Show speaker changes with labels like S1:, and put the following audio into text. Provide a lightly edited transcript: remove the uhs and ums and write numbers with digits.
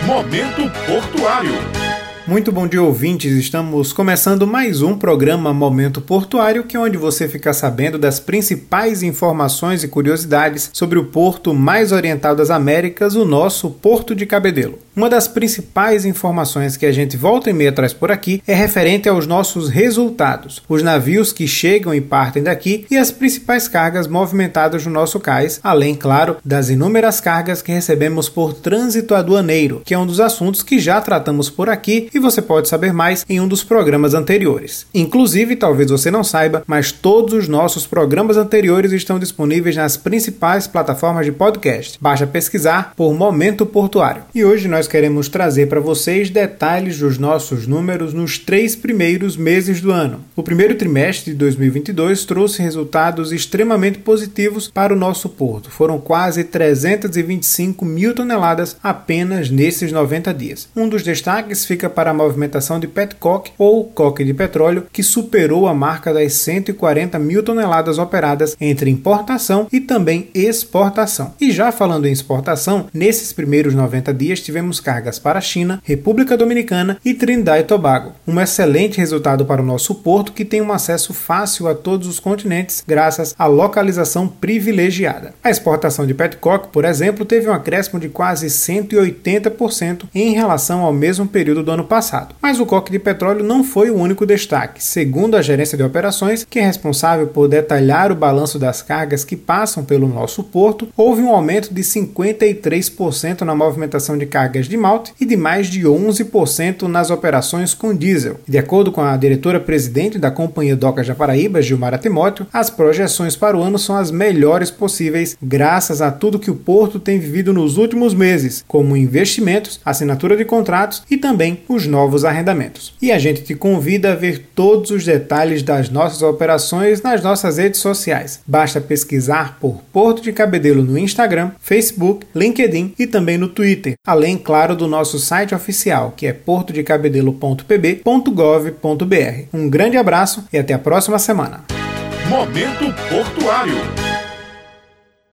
S1: Momento Portuário.
S2: Muito bom dia, ouvintes. Estamos começando mais um programa Momento Portuário, que é onde você fica sabendo das principais informações e curiosidades sobre o porto mais oriental das Américas, o nosso Porto de Cabedelo. Uma das principais informações que a gente volta e meia traz por aqui é referente aos nossos resultados, os navios que chegam e partem daqui e as principais cargas movimentadas no nosso cais, além, claro, das inúmeras cargas que recebemos por trânsito aduaneiro, que é um dos assuntos que já tratamos por aqui e você pode saber mais em um dos programas anteriores. Inclusive, talvez você não saiba, mas todos os nossos programas anteriores estão disponíveis nas principais plataformas de podcast. Basta pesquisar por Momento Portuário. E hoje nós queremos trazer para vocês detalhes dos nossos números nos 3 primeiros meses do ano. O primeiro trimestre de 2022 trouxe resultados extremamente positivos para o nosso porto. Foram quase 325 mil toneladas apenas nesses 90 dias. Um dos destaques fica para a movimentação de petcock ou coque de petróleo, que superou a marca das 140 mil toneladas operadas entre importação e também exportação. E já falando em exportação, nesses primeiros 90 dias tivemos cargas para a China, República Dominicana e Trindade e Tobago. Um excelente resultado para o nosso porto, que tem um acesso fácil a todos os continentes graças à localização privilegiada. A exportação de petcock, por exemplo, teve um acréscimo de quase 180% em relação ao mesmo período do ano passado. Mas o coque de petróleo não foi o único destaque. Segundo a gerência de operações, que é responsável por detalhar o balanço das cargas que passam pelo nosso porto, houve um aumento de 53% na movimentação de cargas de malte e de mais de 11% nas operações com diesel. De acordo com a diretora-presidente da Companhia Docas da Paraíba, Gilmara Timóteo, as projeções para o ano são as melhores possíveis, graças a tudo que o porto tem vivido nos últimos meses, como investimentos, assinatura de contratos e também os novos arrendamentos. E a gente te convida a ver todos os detalhes das nossas operações nas nossas redes sociais. Basta pesquisar por Porto de Cabedelo no Instagram, Facebook, LinkedIn e também no Twitter. Além, claro, do nosso site oficial, que é portodecabedelo.pb.gov.br. Um grande abraço e até a próxima semana.
S1: Momento Portuário.